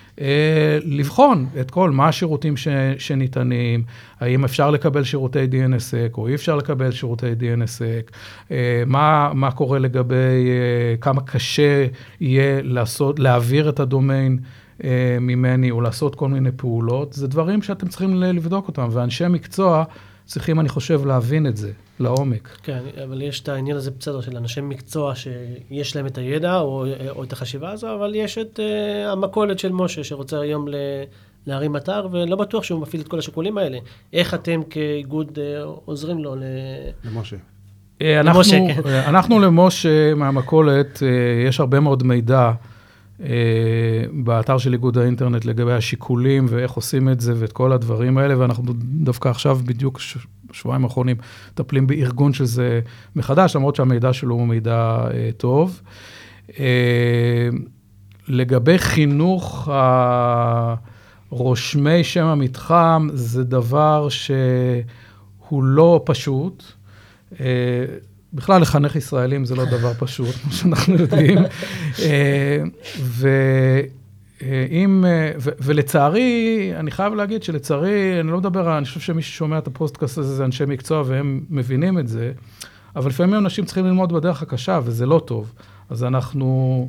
לבחון את כל מה השירותים ש, שניתנים, האם אפשר לקבל שירותי די אן אס סק, או אי אפשר לקבל שירותי די אן אס סק, מה, מה קורה לגבי כמה קשה יהיה לעשות, להעביר את הדומיין, ממני, או לעשות כל מיני פעולות. זה דברים שאתם צריכים לבדוק אותם, ואנשי מקצוע צריכים, אני חושב, להבין את זה, לעומק. כן, אבל יש את העניין הזה בסדר של אנשי מקצוע שיש להם את הידע, או, או את החשיבה הזו, אבל יש את uh, המקולת של משה, שרוצה היום ל... להרים אתר, ולא בטוח שהוא מפעיל את כל השיקולים האלה. איך אתם כאיגוד uh, עוזרים לו ל... למשה. אנחנו, למשה, כן. אנחנו למשה מהמקולת, יש הרבה מאוד מידע, באתר של איגוד האינטרנט לגבי השיקולים ואיך עושים את זה ואת כל הדברים האלה, ואנחנו דווקא עכשיו בדיוק שבועיים האחרונים מטפלים בארגון של זה מחדש, למרות שהמידע שלו הוא מידע טוב. לגבי חינוך רושמי שם המתחם, זה דבר שהוא לא פשוט. בכלל, לחנך ישראלים זה לא דבר פשוט, כמו שאנחנו יודעים. ואם, ולצערי, אני חייב להגיד שלצערי, אני לא מדבר, אני חושב שמי ששומע את הפודקאסט הזה זה אנשי מקצוע, והם מבינים את זה, אבל לפעמים אנשים צריכים ללמוד בדרך הקשה, וזה לא טוב. אז אנחנו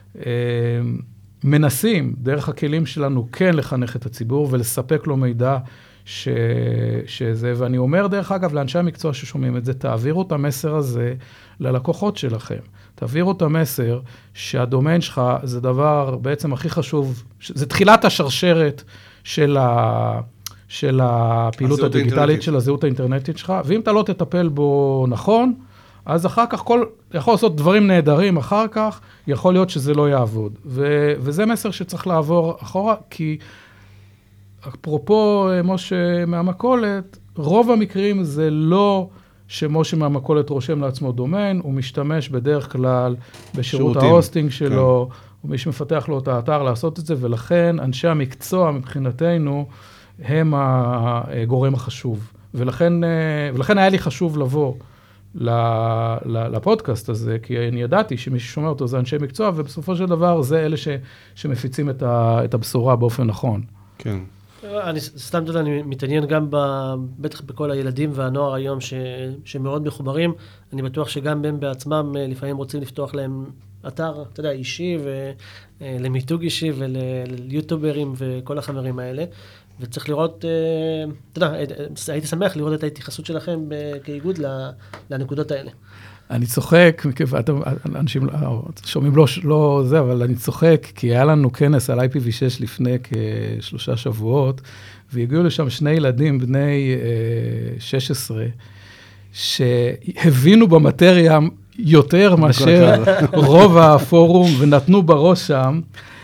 מנסים, דרך הכלים שלנו, כן לחנך את הציבור, ולספק לו מידע ש... שזה, ואני אומר דרך אגב, לאנשי המקצוע ששומעים את זה, תעבירו את המסר הזה ללקוחות שלכם. תעבירו את המסר שהדומיין שלך זה דבר בעצם הכי חשוב, זה תחילת השרשרת של, ה... של הפעילות הדיגיטלית, האינטרנטית. של הזהות האינטרנטית שלך, ואם אתה לא תטפל בו נכון, אז אחר כך כל, יכול לעשות דברים נהדרים, אחר כך יכול להיות שזה לא יעבוד. ו... וזה מסר שצריך לעבור אחורה, כי אפרופו משה מהמקולת, רוב המקרים זה לא שמשה מהמקולת רושם לעצמו דומיין, הוא משתמש בדרך כלל בשירות ההוסטינג שלו, או מי שמפתח לו את האתר לעשות את זה, ולכן אנשי המקצוע מבחינתנו הם הגורם החשוב. ולכן, ולכן היה לי חשוב לבוא לפודקאסט הזה, כי אני ידעתי שמי ששומע אותו זה אנשי מקצוע, ובסופו של דבר זה אלה ש, שמפיצים את, ה, את הבשורה באופן נכון. כן. אני סתם תודה, אני מתעניין גם ב, בטח בכל הילדים והנוער היום ש, שמאוד מחוברים. אני בטוח שגם הם בעצמם לפעמים רוצים לפתוח להם אתר, אתה יודע, אישי ולמיתוג אישי וליוטוברים וכל החברים האלה. וצריך לראות, אתה יודע, הייתי שמח לראות את ההתייחסות שלכם כאיגוד לנקודות האלה. אני צוחק, אנשים שומעים לא, לא זה, אבל אני צוחק, כי היה לנו כנס על איי פי וי שש לפני כשלושה שבועות, והגיעו לשם שני ילדים בני שש עשרה, שהבינו במטריה יותר מאשר רוב הפורום, ונתנו בראש שם,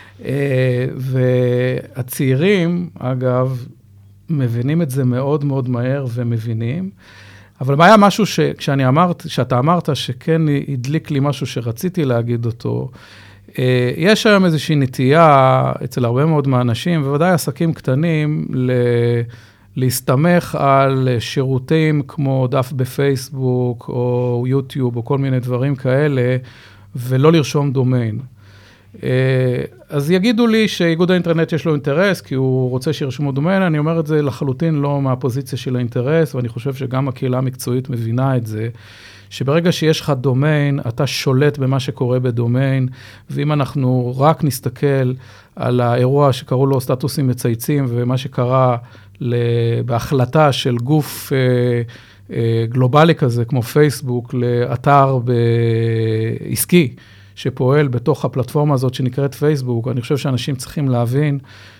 והצעירים, אגב, מבינים את זה מאוד מאוד מהר ומבינים, אבל מה היה משהו שכשאני אמרת, שאתה אמרת שכן הדליק לי משהו שרציתי להגיד אותו, יש היום איזושהי נטייה אצל הרבה מאוד מהאנשים, ובוודאי עסקים קטנים, להסתמך על שירותים כמו דף בפייסבוק או יוטיוב או כל מיני דברים כאלה, ולא לרשום דומיין. אז יגידו לי שאיגוד האינטרנט יש לו אינטרס, כי הוא רוצה שירשמו דומיין, אני אומר את זה לחלוטין לא מהפוזיציה של האינטרס, ואני חושב שגם הקהילה המקצועית מבינה את זה, שברגע שיש לך דומיין, אתה שולט במה שקורה בדומיין, ואם אנחנו רק נסתכל על האירוע שקראו לו סטטוסים מצייצים, ומה שקרה בהחלטה של גוף גלובלי כזה, כמו פייסבוק, לאתר עסקי, שפועל בתוך הפלטפורמה הזאת שנקראת פייסבוק, אני חושב שאנשים צריכים להבין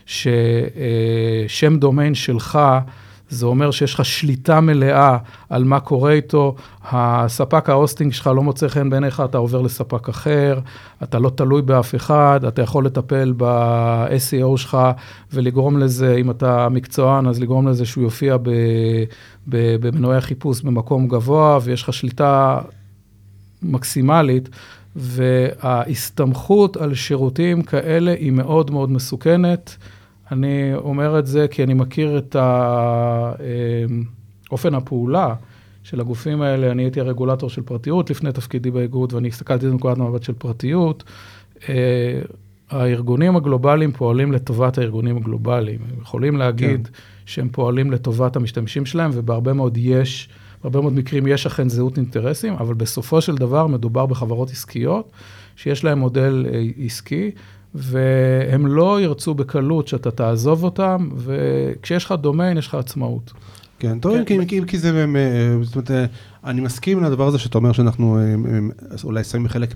ששם דומיין שלך, זה אומר שיש לך שליטה מלאה על מה קורה איתו, הספק ההוסטינג שלך לא מוצא חן בעיניך, אתה עובר לספק אחר, אתה לא תלוי באף אחד, אתה יכול לטפל ב-אס אי או שלך ולגרום לזה, אם אתה מקצוען, אז לגרום לזה שהוא יופיע במנועי החיפוש במקום גבוה, ויש לך שליטה מקסימלית, וההסתמכות על שירותים כאלה היא מאוד מאוד מסוכנת. אני אומר את זה כי אני מכיר את אופן הפעולה של הגופים האלה. אני הייתי הרגולטור של פרטיות לפני תפקידי באיגוד, ואני הסתכלתי בנקודת מבט של פרטיות. הארגונים הגלובליים פועלים לטובת הארגונים הגלובליים. הם יכולים להגיד כן. שהם פועלים לטובת המשתמשים שלהם, ובהרבה מאוד יש... בהרבה מאוד מקרים יש אכן זהות אינטרסים, אבל בסופו של דבר מדובר בחברות עסקיות, שיש להם מודל עסקי, והם לא ירצו בקלות שאתה תעזוב אותם, וכשיש לך דומיין, יש לך עצמאות. כן, טוב, כי זה, זאת אומרת, אני מסכים לדבר הזה שאתה אומר שאנחנו אולי שמים חלק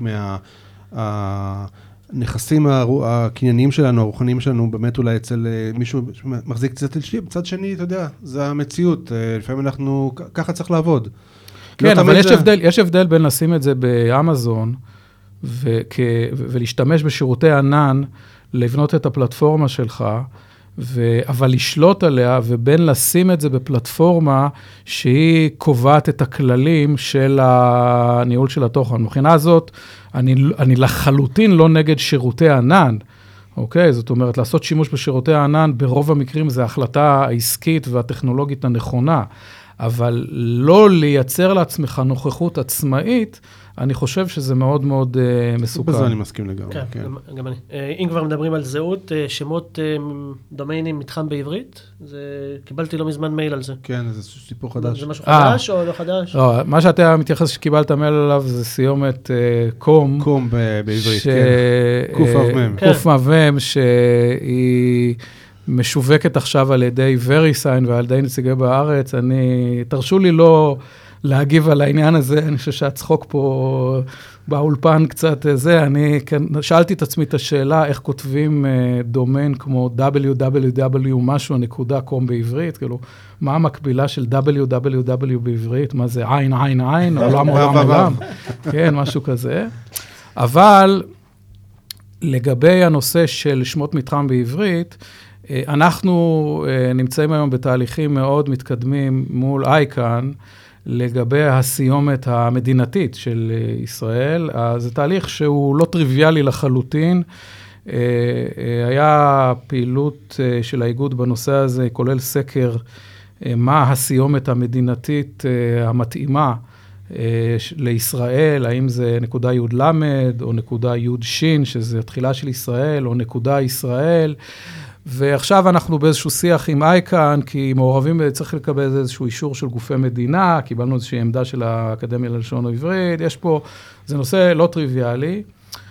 מהנכסים הקנייניים שלנו, הרוחניים שלנו, באמת אולי אצל מישהו שמחזיק צד שני, אתה יודע, זה המציאות, לפעמים אנחנו, ככה צריך לעבוד. כן, אבל יש הבדל, יש הבדל בין לשים את זה באמזון, ולהשתמש בשירותי ענן, לבנות את הפלטפורמה שלך, אבל לשלוט עליה, ובין לשים את זה בפלטפורמה שהיא קובעת את הכללים של הניהול של התוכן. מבחינה הזאת, אני, אני לחלוטין לא נגד שירותי ענן, אוקיי? זאת אומרת, לעשות שימוש בשירותי הענן, ברוב המקרים זה ההחלטה העסקית והטכנולוגית הנכונה, אבל לא לייצר לעצמך נוכחות עצמאית, אני חושב שזה מאוד מאוד uh, מסוכן. בזה אני מסכים לגמרי. כן, כן. גם, גם אני. Uh, אם כבר מדברים על זהות, uh, שמות uh, דומיינים מתחם בעברית, זה, קיבלתי לא מזמן מייל על זה. כן, זה סיפור חדש. זה משהו חדש או לא חדש? לא, מה שאתה מתייחס שקיבלת מייל עליו, זה סיומת uh, קום. קום בעברית, ש... כן. קוף אבמם. קוף אבמם, שהיא... משווקת עכשיו על ידי וריסיין ועל ידי נציגי בארץ. אני, תרשו לי לא להגיב על העניין הזה, אני חושב שהצחוק פה באולפן קצת זה, אני כן, שאלתי את עצמי את השאלה, איך כותבים דומיין כמו דאבליו דאבליו דאבליו משהו נקודה קום בעברית, כאילו, מה המקבילה של דאבליו דאבליו דאבליו בעברית, מה זה עין, עין, עין, עולם, עולם, עולם, כן, משהו כזה. אבל לגבי הנושא של שמות מתחם בעברית, אנחנו נמצאים היום בתהליכים מאוד מתקדמים מול אייקן, לגבי הסיומת המדינתית של ישראל. אז זה תהליך שהוא לא טריוויאלי לחלוטין. היה פעילות של האיגוד בנושא הזה, כולל סקר מה הסיומת המדינתית המתאימה לישראל, האם זה נקודה י' למד או נקודה י' שין, שזה התחילה של ישראל, או נקודה ישראל. ועכשיו אנחנו באיזשהו שיח עם אייקן, כי מעורבים, צריך לקבל איזשהו אישור של גופי מדינה, קיבלנו איזושהי עמדה של האקדמיה ללשון העברית, יש פה, זה נושא לא טריוויאלי,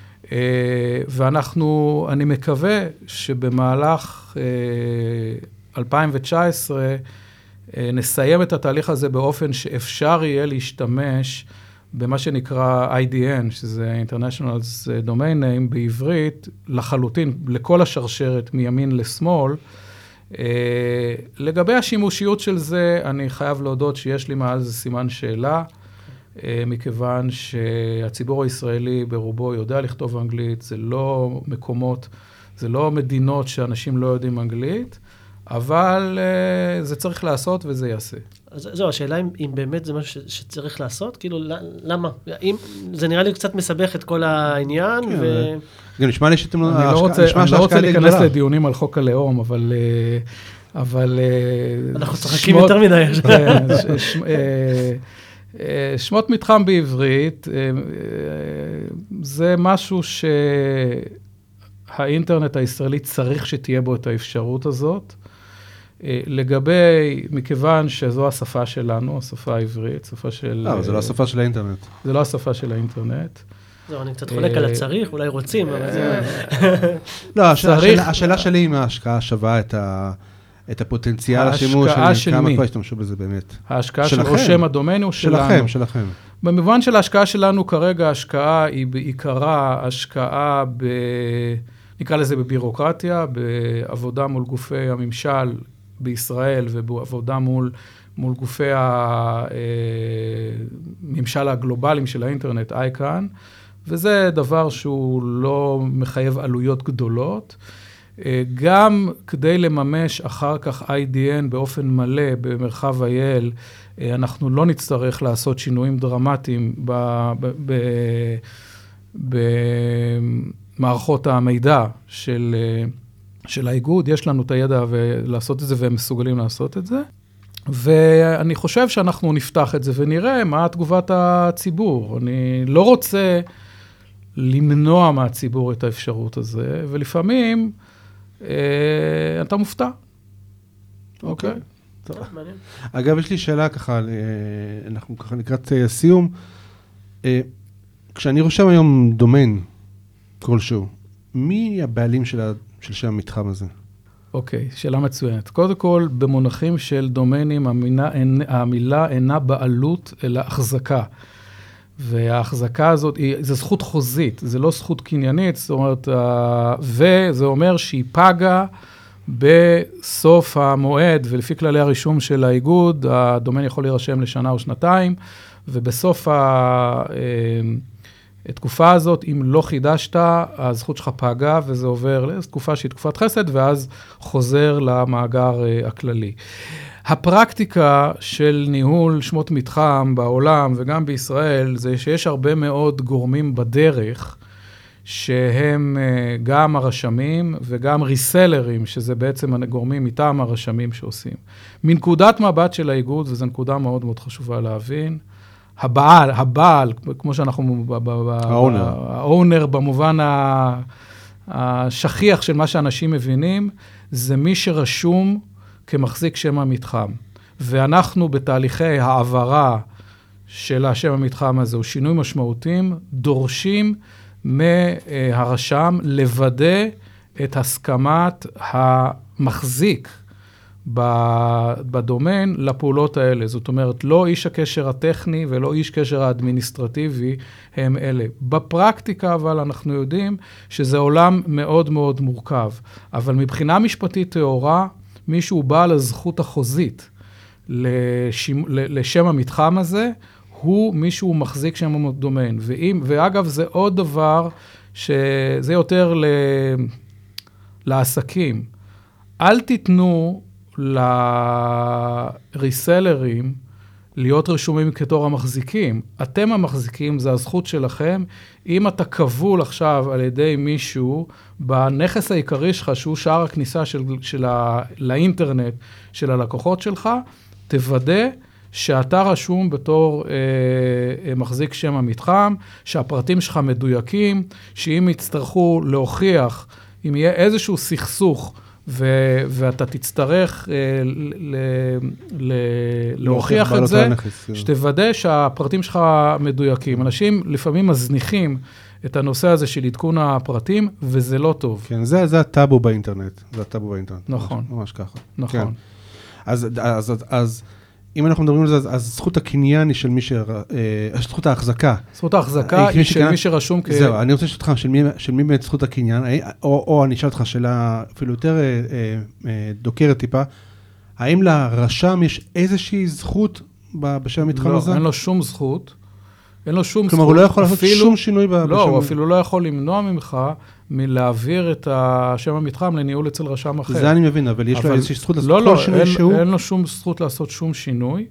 ואנחנו, אני מקווה שבמהלך אלפיים תשע עשרה, נסיים את התהליך הזה באופן שאפשר יהיה להשתמש במה שנקרא איי די אן, שזה International Domain Name בעברית, לחלוטין, לכל השרשרת מימין לשמאל. לגבי השימושיות של זה, אני חייב להודות שיש לי מעל זה סימן שאלה, מכיוון שהציבור הישראלי ברובו יודע לכתוב אנגלית, זה לא מקומות, זה לא מדינות שאנשים לא יודעים אנגלית, אבל uh, זה צריך לעשות וזה יעשה. אז זהו, השאלה אם, אם באמת זה משהו ש, שצריך לעשות, כאילו, למה? אם, זה נראה לי קצת מסבך את כל העניין, כן, ו... גם נשמע לי שאתם... אני לא רוצה, אני לא רוצה להיכנס לדיונים על חוק הלאום, אבל... אבל... אנחנו צוחקים יותר מדי. שמות מתחם בעברית, זה משהו שהאינטרנט הישראלי צריך שתהיה בו את האפשרות הזאת. לגבי, מכיוון שזו השפה שלנו, השפה העברית, שפה של... לא, זה לא השפה של האינטרנט. זה לא השפה של האינטרנט. זהו, אני קצת חולק על הצריך, אולי רוצים, אבל זה... לא, השאלה שלי אם ההשקעה שווה את הפוטנציאל השימוש, כמה כבר השתמשו בזה באמת. ההשקעה של שם הדומיין הוא שלנו. שלכם, שלכם. במובן של ההשקעה שלנו כרגע, ההשקעה היא בעיקרה השקעה ב... נקרא לזה בבירוקרטיה, בעבודה מול גופי הממשל בישראל ובעבודה מול, מול גופי הממשל הגלובליים של האינטרנט, אייקן, וזה דבר שהוא לא מחייב עלויות גדולות. גם כדי לממש אחר כך איי די אן באופן מלא במרחב אייל, אנחנו לא נצטרך לעשות שינויים דרמטיים ב... ב, ב, ב מערכות המידע של, של האיגוד, יש לנו את הידע ולעשות את זה, והם מסוגלים לעשות את זה. ואני חושב שאנחנו נפתח את זה ונראה מה תגובת הציבור. אני לא רוצה למנוע מהציבור את האפשרות הזה, ולפעמים אה, אתה מופתע. אוקיי. טוב, מעניין. אגב, יש לי שאלה ככה, אנחנו ככה לקראת סיום. כשאני רושם היום דומיין, כלשהו. מי הבעלים של, ה... של שם המתחם הזה? אוקיי, okay, שאלה מצוינת. קודם כל, במונחים של דומיינים, המילה, המילה אינה בעלות, אלא החזקה. וההחזקה הזאת, היא, זה זכות חוזית, זה לא זכות קניינית, זאת אומרת, וזה אומר שהיא פגה בסוף המועד, ולפי כללי הרישום של האיגוד, הדומיין יכול להירשם לשנה או שנתיים, ובסוף ה... התקופה הזאת, אם לא חידשת, הזכות שלך פגה, וזה עובר לתקופה שהיא תקופת חסד, ואז חוזר למאגר הכללי. הפרקטיקה של ניהול שמות מתחם בעולם, וגם בישראל, זה שיש הרבה מאוד גורמים בדרך, שהם גם הרשמים, וגם ריסלרים, שזה בעצם הגורמים מטעם הרשמים שעושים. מנקודת מבט של האיגוד, וזו נקודה מאוד מאוד חשובה להבין, הבעל, הבעל, כמו שאנחנו, האונר, במובן השכיח של מה שאנשים מבינים, זה מי שרשום כמחזיק שם המתחם. ואנחנו בתהליכי העברה של השם המתחם הזה, או שינוי משמעותיים, דורשים מהרשם לוודא את הסכמת המחזיק בדומיין לפעולות האלה. זאת אומרת, לא איש הקשר הטכני ולא איש קשר האדמיניסטרטיבי הם אלה. בפרקטיקה, אבל אנחנו יודעים שזה עולם מאוד מאוד מורכב. אבל מבחינה משפטית תיאורה, מישהו בעל הזכות החוזית לשם, לשם המתחם הזה, הוא מישהו מחזיק שם דומיין. ואם, ואגב, זה עוד דבר שזה יותר ל, לעסקים. אל תיתנו לריסלרים להיות רשומים כתור המחזיקים. אתם המחזיקים, זה הזכות שלכם. אם אתה כבול עכשיו על ידי מישהו, בנכס העיקרי שלך, שהוא שער הכניסה של, של ה, לאינטרנט של הלקוחות שלך, תוודא שאתה רשום בתור אה, מחזיק שם המתחם, שהפרטים שלך מדויקים, שאם יצטרכו להוכיח, אם יהיה איזשהו סכסוך, ו- ואתה תצטרך אה, ל- ל- להוכיח את זה, שתוודא שהפרטים שלך מדויקים. אנשים לפעמים מזניחים את הנושא הזה של עדכון הפרטים, וזה לא טוב. כן, זה, זה הטאבו באינטרנט. זה הטאבו באינטרנט. נכון. ממש, ממש ככה. נכון. כן. אז, אז, אז, אז, אם אנחנו מדברים על זה, אז, אז זכות הקניין היא של מי ש... אה, זכות ההחזקה. זכות ההחזקה היא של שקנה... מי שרשום כ... זהו, אני רוצה לשאול אותך, של מי, של מי באמת זכות הקניין, או, או אני אשאל אותך שאלה אפילו יותר אה, אה, דוקרת טיפה, האם לרשם יש איזושהי זכות בשם המתחם לא, הזה? לא, אין לו שום זכות. אין לו שום כלומר, זכות. הוא לא יכול לעשות אפילו, שום שינוי בשם. לא, הוא אפילו לא יכול למנוע ממך מלהעביר את השם המתחם לניהול אצל רשם אחר. זה אני מבין, אבל יש אבל, לו איזושהי זכות לעשות לא, כל לא, שינוי אין, שהוא? אין לו שום זכות לעשות שום שינוי.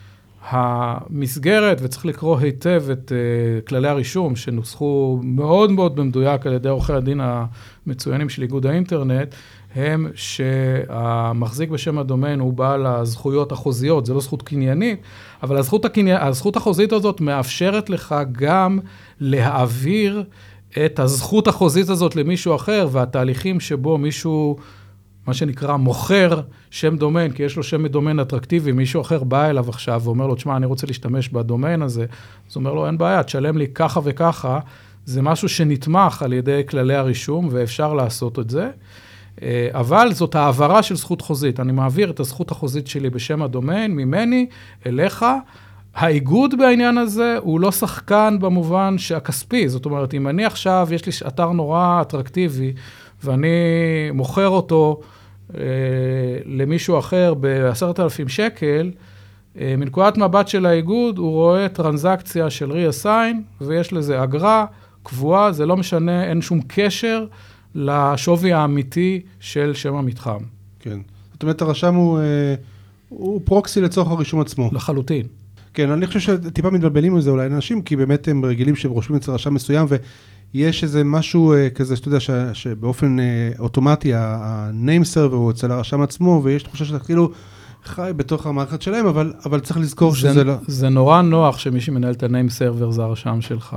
המסגרת, וצריך לקרוא היטב את uh, כללי הרישום, שנוסחו מאוד מאוד במדויק על ידי עורכי הדין המצוינים של איגוד האינטרנט, הם שהמחזיק בשם הדומיין הוא בעל הזכויות החוזיות, זה לא זכות קניינית, אבל הזכות, הקני... הזכות החוזית הזאת מאפשרת לך גם להעביר את הזכות החוזית הזאת למישהו אחר, והתהליכים שבו מישהו, מה שנקרא, מוכר שם דומיין, כי יש לו שם דומיין אטרקטיבי, מישהו אחר בא אליו עכשיו ואומר לו, תשמע, אני רוצה להשתמש בדומיין הזה, אז הוא אומר לו, אין בעיה, תשלם לי ככה וככה, זה משהו שנתמך על ידי כללי הרישום, ואפשר לעשות את זה. אבל זאת העברה של זכות חוזית. אני מעביר את הזכות החוזית שלי בשם הדומיין, ממני, אליך. האיגוד בעניין הזה הוא לא שחקן במובן שהכספי. זאת אומרת, אם אני עכשיו, יש לי אתר נורא אטרקטיבי, ואני מוכר אותו אה, למישהו אחר ב-עשרת אלפים שקל, אה, מנקודת מבט של האיגוד, הוא רואה טרנזקציה של re-assign, ויש לזה אגרה קבועה, זה לא משנה, אין שום קשר, לשווי האמיתי של שם המתחם. כן. זאת אומרת, הרשם הוא, הוא פרוקסי לצורך הרישום עצמו. לחלוטין. כן, אני חושב שטיפה מתבלבלים מזה אולי אנשים, כי באמת הם רגילים שהם רושמים אצל רשם מסוים, ויש איזה משהו כזה, שאתה יודע, שבאופן אוטומטי, ה-name server הוא אצל הרשם עצמו, ויש תחושה שאתה כאילו חי בתוך המערכת שלהם, אבל, אבל צריך לזכור זה, שזה לא... זה נורא נוח שמי שמנהל את ה-name server זה הרשם שלך,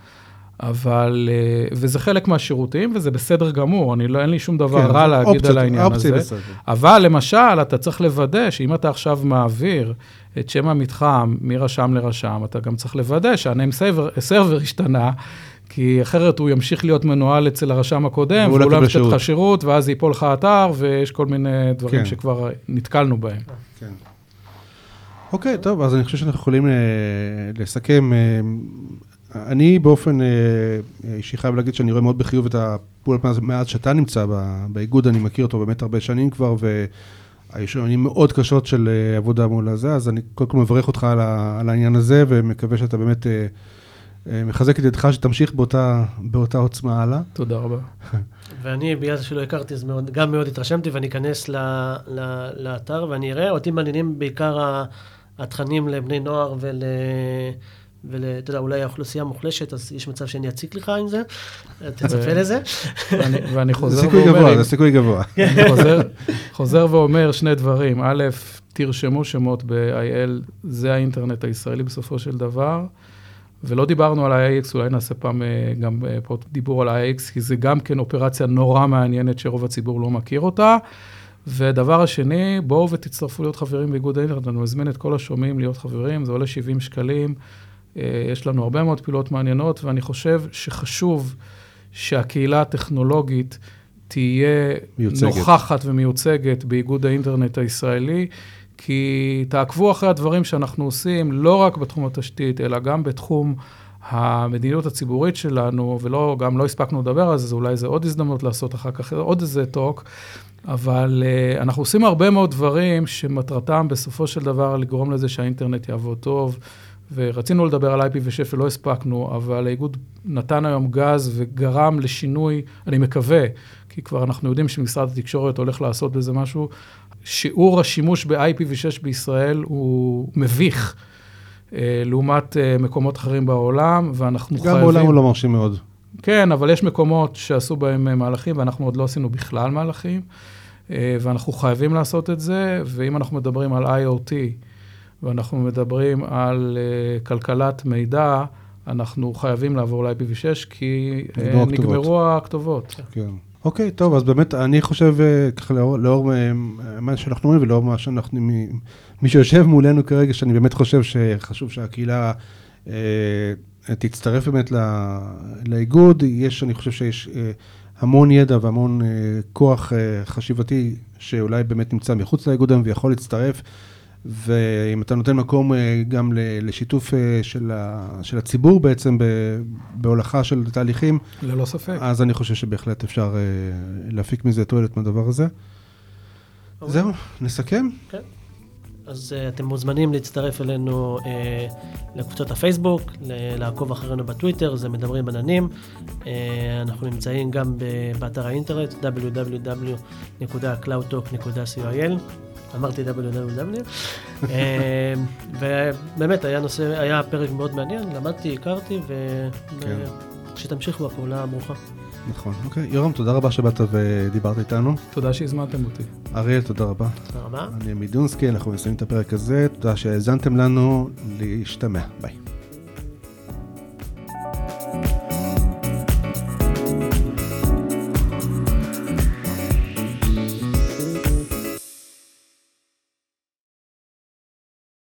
אבל, וזה חלק מהשירותים, וזה בסדר גמור, אני לא, אין לי שום דבר כן, רע להגיד אופציות, על העניין הזה. בסדר. אבל למשל, אתה צריך לוודא שאם אתה עכשיו מעביר את שם המתחם מרשם לרשם, אתה גם צריך לוודא שהניים סרבר השתנה, כי אחרת הוא ימשיך להיות מנוהל אצל הרשם הקודם, והוא לא ימשיך לך שירות, ואז ייפול לך אתר, ויש כל מיני דברים כן. שכבר נתקלנו בהם. כן. אוקיי, טוב, אז אני חושב שאנחנו יכולים לסכם... אני באופן אישי חייב להגיד שאני רואה מאוד בחיוב את הפעולת מאז שאתה נמצא באיגוד, אני מכיר אותו באמת הרבה שנים כבר, והיו שנים מאוד קשות של עבודה מול הזה, אז אני קודם כל מברך אותך על העניין הזה, ומקווה שאתה באמת מחזק את ידך שתמשיך באותה, באותה עוצמה הלאה. תודה רבה. ואני, בגלל שלא הכרתי, אז מאוד, גם מאוד התרשמתי, ואני אכנס ל, ל, לאתר, ואני אראה, אותי מעניינים בעיקר התכנים לבני נוער ול... ואתה יודע, אולי האוכלוסייה מוחלשת, אז יש מצב שאני אציק לך עם זה, תצפה לזה. ואני חוזר ואומר... זה סיכוי גבוה, זה סיכוי גבוה. חוזר ואומר שני דברים. א', תרשמו שמות ב-איי אל, זה האינטרנט הישראלי בסופו של דבר, ולא דיברנו על איי אקס, אולי נעשה פעם גם פה דיבור על איי אקס, כי זה גם כן אופרציה נורא מעניינת שרוב הציבור לא מכיר אותה. ודבר השני, בואו ותצטרפו להיות חברים באיגוד האינטרנט, אני מזמין את כל השומעים להיות חברים, זה עולה שבעים שקלים, יש לנו הרבה מאוד פעילות מעניינות, ואני חושב שחשוב שהקהילה הטכנולוגית תהיה מיוצגת. נוכחת ומיוצגת באיגוד האינטרנט הישראלי, כי תעקבו אחרי הדברים שאנחנו עושים, לא רק בתחום התשתית, אלא גם בתחום המדיניות הציבורית שלנו, ולא, גם לא הספקנו לדבר על זה, זה אולי זה עוד הזדמנות לעשות אחר כך, עוד איזה טוק, אבל uh, אנחנו עושים הרבה מאוד דברים שמטרתם בסופו של דבר לגרום לזה שהאינטרנט יעבוד טוב, ורצינו לדבר על איי פי וי שש ולא הספקנו, אבל האיגוד נתן היום גז וגרם לשינוי, אני מקווה, כי כבר אנחנו יודעים שמשרד התקשורת הולך לעשות בזה משהו, שיעור השימוש ב-איי פי וי שש בישראל הוא מביך, לעומת מקומות אחרים בעולם, ואנחנו חייבים... גם בעולם הוא לא מרשים מאוד. כן, אבל יש מקומות שעשו בהם מהלכים, ואנחנו עוד לא עשינו בכלל מהלכים, ואנחנו חייבים לעשות את זה, ואם אנחנו מדברים על איי או טי, ואנחנו מדברים על כלכלת מידע, אנחנו חייבים לעבור ל-איי פי וי שש, כי נגמרו הכתובות. כן. אוקיי, טוב, אז באמת, אני חושב, ככה, לאור, לאור מה שאנחנו אומרים, ולאור מה שאנחנו, מי שיושב מולנו כרגע, שאני באמת חושב שחשוב שהקהילה אה, תצטרף באמת לאיגוד. יש, אני חושב שיש אה, המון ידע והמון אה, כוח אה, חשיבתי, שאולי באמת נמצא מחוץ לאיגוד היום ויכול להצטרף, ואם אתה נותן מקום גם לשיתוף של, ה, של הציבור בעצם בהולכה של תהליכים, ללא ספק. אז אני חושב שבהחלט אפשר להפיק מזה תועלת מהדבר הזה. Okay. זהו, נסכם? כן. Okay. אז uh, אתם מוזמנים להצטרף אלינו uh, לקבוצות הפייסבוק, לעקוב אחרינו בטוויטר, זה מדברים עננים. Uh, אנחנו נמצאים גם באתר האינטרנט, דאבליו דאבליו דאבליו נקודה קלאוד טוק נקודה סי או איי אל. אמרתי דאבליו דאבליו דאבליו, ובאמת היה נושא, היה פרק מאוד מעניין, למדתי, הכרתי, ושתמשיכו הפעולה הברוכה. נכון, אוקיי. יורם, תודה רבה שבאת ודיברת איתנו. תודה שהזמנתם אותי. אריאל, תודה רבה. תודה רבה. אני עמית דונסקי, אנחנו מסיימים את הפרק הזה, תודה שהאזנתם לנו, להשתמע, ביי.